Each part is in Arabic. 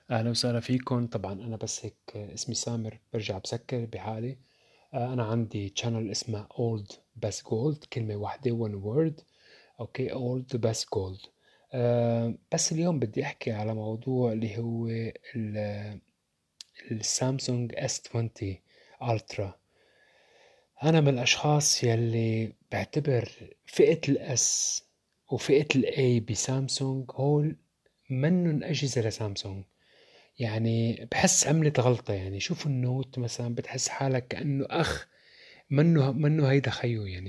أهلا وسهلا فيكم. طبعا أنا بس هيك اسمي سامر برجع بسكر بحالي. أنا عندي channel اسمه Old Best Gold، كلمة واحدة one word. أوكي Old Best Gold. بس اليوم بدي أحكي على موضوع اللي هو السامسونج S20 Ultra. أنا من الأشخاص يلي بعتبر فئة الأس وفئة الأي بسامسونج هول منن أجهزة لسامسونج. يعني بحس عملت غلطة. يعني شوف النوت مثلا بتحس حالك كأنه أخ، منه هيدا خيو. يعني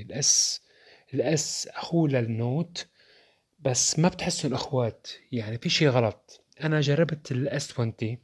الأس أخوه للنوت، بس ما بتحسوا الأخوات. يعني في شي غلط. أنا جربت الأس 20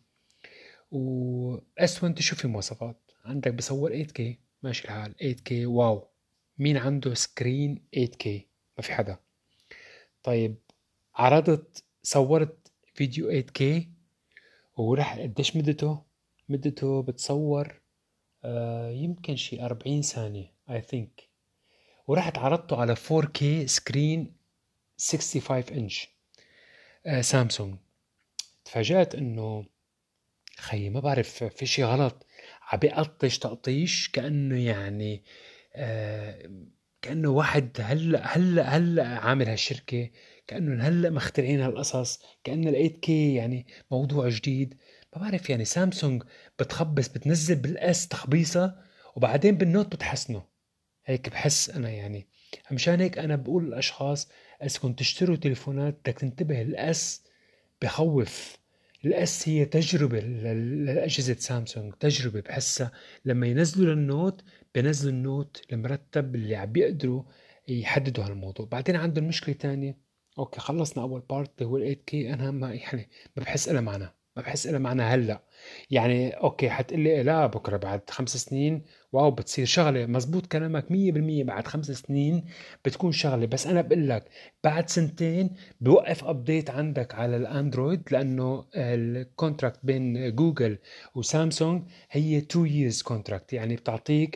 و اس 20. شو في مواصفات عندك؟ بصور 8K ماشي الحال، 8K واو. مين عنده سكرين 8K؟ ما في حدا. طيب، عرضت صورت فيديو 8K وراح قديش مدته؟ مدته بتصور يمكن شي 40 ثانية I think. ورحت عرضته على 4K سكرين 65 انش سامسونج. تفاجأت انه خيي ما بعرف في شي غلط. عم بيقطش تقطيش كأنه يعني آه كأنه واحد هلا عامل هالشركة، كأنه هلا مخترعين هالقصص، كأنه ال 8K يعني موضوع جديد. ما بعرف يعني سامسونج بتخبص، بتنزل بالاس تخبيصة وبعدين بالنوت بتحسنه. هيك بحس انا يعني. مشان هيك انا بقول للاشخاص اذا كنت تشتروا تليفونات بدك تنتبه. الاس بخوف. الاس هي تجربة لأجهزة سامسونج، تجربة بحسها. لما ينزلوا النوت بينزلوا النوت المرتب اللي عم بيقدروا يحددوا هالموضوع. بعدين عندهم مشكلة تانية. اوكي خلصنا اول بارت اللي هو ال 8K. انا ما يعني ما بحس لها معنى، ما بحس لها معنى هلا. يعني اوكي حتقلي لا بكره بعد 5 سنين واو بتصير شغله. مزبوط كلامك 100%. بعد 5 سنين بتكون شغله، بس انا بقول لك بعد سنتين بوقف ابديت عندك على الاندرويد، لانه الكونتراكت بين جوجل وسامسونج هي 2 years كونتراكت. يعني بتعطيك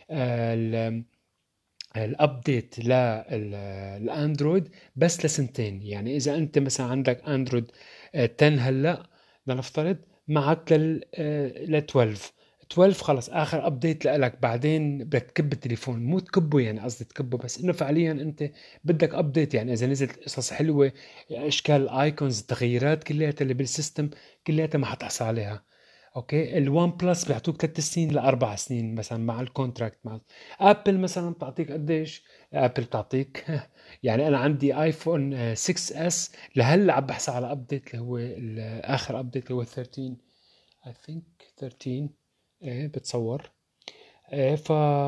الابديت للاندرويد بس لسنتين. يعني اذا انت مثلا عندك اندرويد 10 هلا لنفترض، معك ل 12. 12 خلص اخر ابديت لك. بعدين بدك تكب التليفون، مو تكبه يعني، قصدي تكبه بس انه فعليا انت بدك ابديت. يعني اذا نزلت قصص حلوه، اشكال الايكونز، التغييرات كلياتها اللي بالسيستم كلياتها ما حتحصل عليها. اوكي الوان بلس بيعطوك 3 سنين ل4 سنين مثلا مع الكونتراكت. مع ابل مثلا بتعطيك قديش؟ ابل بتعطيك يعني انا عندي ايفون 6 اس لهلا عم بحث على ابديت اللي هو اخر ابديت اللي هو 13 I think 13. ايه بتصور. ايه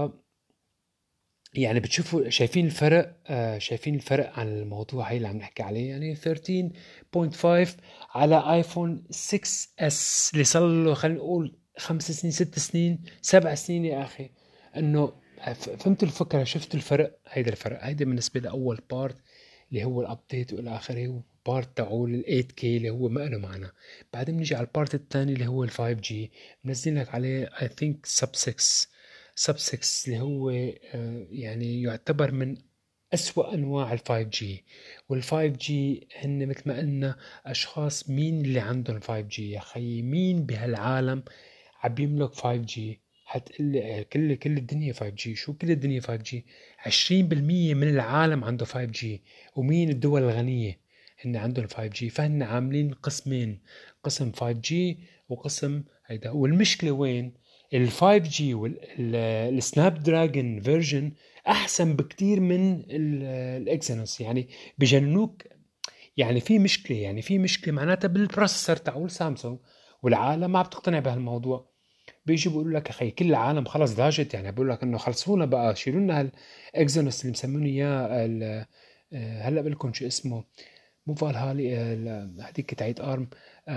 يعني بتشوفوا شايفين الفرق؟ شايفين الفرق عن الموضوع هاي اللي عم نحكي عليه. يعني 13.5 على ايفون 6 اس اللي صار له خلينا نقول 5 سنين 6 سنين 7 سنين يا اخي. انه فهمت الفكرة؟ شفت الفرق؟ هيدا الفرق. هيدا بالنسبة لأول بارت اللي هو الابديت والى اخره. بارت تاعول ال 8K اللي هو ما له معنى. بعدين بنيجي على البارت الثاني اللي هو ال 5G. منزل لك عليه I think sub 6. سب 6 اللي هو يعني يعتبر من أسوأ أنواع ال 5G. وال 5G هن مثل ما قلنا أشخاص. مين اللي عندهم 5G يا خيي؟ مين بهالعالم عم يملك 5G؟ حتقلي كل الدنيا 5G. شو كل الدنيا 5G؟ 20% من العالم عنده 5G. ومين؟ الدول الغنية هن عندهم 5G. فهن عاملين قسمين، قسم 5G وقسم هيدا. والمشكلة وين؟ ال 5G والسناب دراجون فيرجن احسن بكتير من الاكسينوس. يعني بجننوك. يعني في مشكله، يعني في مشكله معناتها بالبروسيسور تاعول سامسونج. والعالم ما عم تقتنع بهالموضوع. بيجي بيقول لك يا اخي كل العالم خلص ضاجت. يعني بقول لك انه خلصونا بقى، شيلوا لنا هالاكسينوس اللي مسمينه اياه هلا بقول لكم شو اسمه. مو فالهالي هذيك تاعت ارم.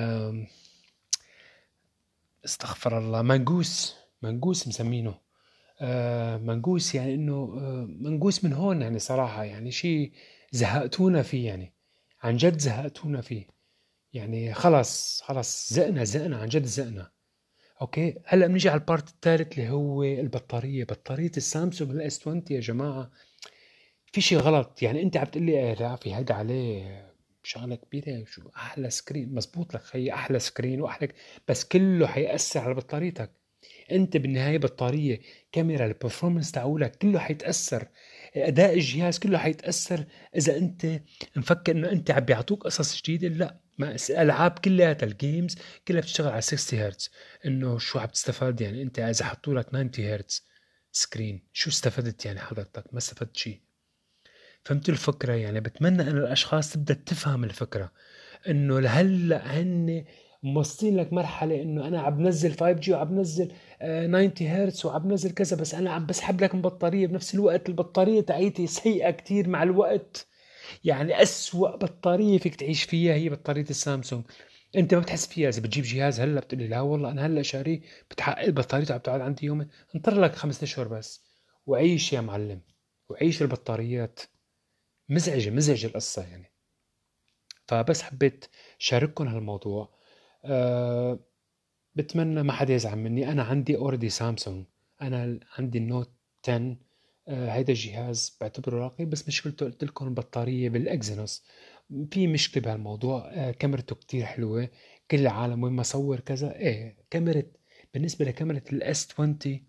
استغفر الله. منقوس. منقوس مسمينه. منقوس. يعني انه منقوس من هون. يعني صراحة يعني شيء زهقتونا فيه. يعني عن جد زهقتونا فيه. يعني خلص خلص زقنا عن جد زقنا. اوكي هلا بنيجي على البارت الثالث اللي هو البطارية. بطارية السامسونج الاس 20 يا جماعة في شيء غلط. يعني انت عم تقول لي لا في هيدا عليه شغلة كبيرة، شو أحلى سكرين، مزبوط لك خيي، أحلى سكرين وأحلى، بس كله حيأثر على بطاريتك. انت بالنهايه بطاريه، كاميرا، البرفورمانس تاعولك كله حيتاثر، اداء الجهاز كله حيتاثر. اذا انت مفكر انه انت عم بيعطوك قصص جديده، لا، ما الالعاب كلها الجيمز كلها بتشتغل على 60 هرتز. انه شو عم تستفاد يعني انت اذا حطوا لك 90 هرتز سكرين؟ شو استفدت يعني حضرتك؟ ما استفدت شيء. فهمت الفكره؟ يعني بتمنى ان الاشخاص تبدا تفهم الفكره، انه لهلا هن موصلين لك مرحله انه انا عم بنزل 5G وعم بنزل 90 هرتز وعم بنزل كذا، بس انا عم بسحب لك من بطاريه، بنفس الوقت البطاريه تاعيتي سيئه كتير مع الوقت. يعني اسوأ بطاريه فيك تعيش فيها هي بطاريه السامسونج. انت ما بتحس فيها اذا بتجيب جهاز هلا بتقول لي لا والله انا هلا شاريه بتحقق بطاريته عم تقعد عندي يومين. انطر لك 5 اشهر بس وعيش يا معلم، وعيش البطاريات. مزعجه مزعجه القصه يعني. فبس حبيت شارككم هالموضوع. أه بتمنى ما حدا يزعل مني، انا عندي اوريدي سامسونج، انا عندي النوت 10. هيدا الجهاز بعتبره راقي، بس مشكلته قلت لكم البطارية بالاكزينوس. في مشكلة بهالموضوع. كاميرته كتير حلوة، كل العالم وين ما صور كذا، ايه كاميرا. بالنسبة لكاميرا الاس 20،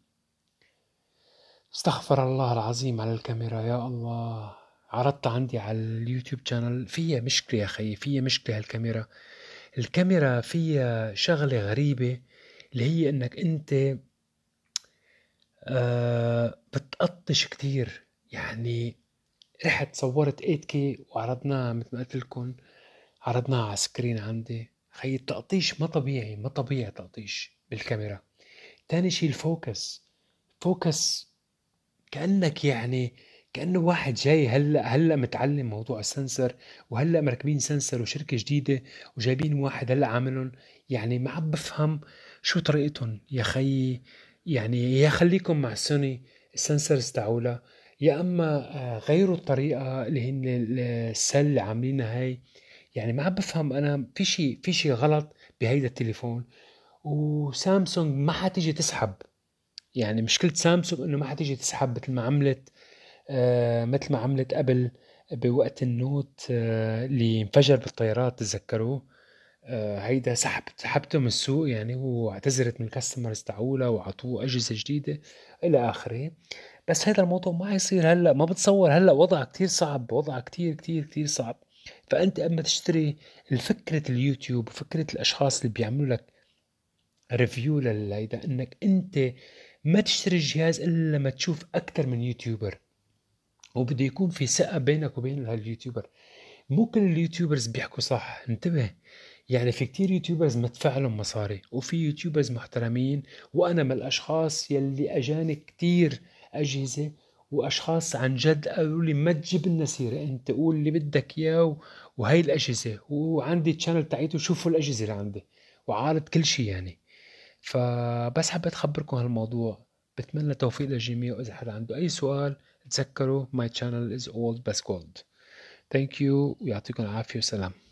استغفر الله العظيم على الكاميرا، يا الله. عرضتها عندي على اليوتيوب شانل، فيها مشكلة يا خيي، فيها مشكلة هالكاميرا. الكاميرا فيها شغلة غريبة، اللي هي انك انت بتقطش كتير يعني. رحت صورت 8K وعرضناها مثل ما قلت لكم، عرضناها على سكرين عندي، خي التقطيش ما طبيعي، ما طبيعي تقطيش بالكاميرا. تاني شي الفوكس، فوكس كأنك يعني كأنه واحد جاي هلا متعلم موضوع السنسر، وهلا مركبين سنسر وشركة جديدة وجايبين واحد هلا عاملهم. يعني ما عم بفهم شو طريقتهم يا خيي. يعني يا خليكم مع سوني السنسرز تاعولها، يا اما غيروا الطريقة اللي هن السل اللي عاملينها هاي. يعني ما عم بفهم انا، في شي غلط بهيدا التليفون. وسامسونج ما حتيجي تسحب. يعني مشكلة سامسونج انه ما حتيجي تسحب مثل ما عملت قبل بوقت النوت اللي انفجر بالطيارات، تذكروه؟ هيدا سحبته من السوق يعني، واعتذرت من الكاستمرز تاعولا وعطوه اجهزة جديدة الى اخره. بس هذا الموضوع ما يصير هلا، ما بتصور هلا وضع كتير صعب، وضع كتير كتير كتير صعب. فانت اما تشتري الفكرة اليوتيوب وفكرة الاشخاص اللي بيعملوا لك ريفيو لهيدا، انك انت ما تشتري الجهاز الا لما تشوف اكثر من يوتيوبر، وبده يكون في ثقة بينك وبين هاليوتيوبر. مو كل اليوتيوبرز بيحكوا صح، انتبه. يعني في كتير يوتيوبرز مدفع لهم مصاري، وفي يوتيوبرز محترمين. وانا من الاشخاص يلي اجاني كتير اجهزة، واشخاص عن جد قالوا لي ما تجيب لنا سيرة، انت قول اللي بدك اياه وهي الاجهزة، وعندي تشانل تاعيته شوفوا الاجهزة اللي عندي، وعارض كل شيء يعني. فبس حبيت أخبركم هالموضوع. بتمنى توفيق للجميع، وإذا حدا عنده أي سؤال تذكروا my channel is old best gold. Thank you ويعطيكم العافية وسلام.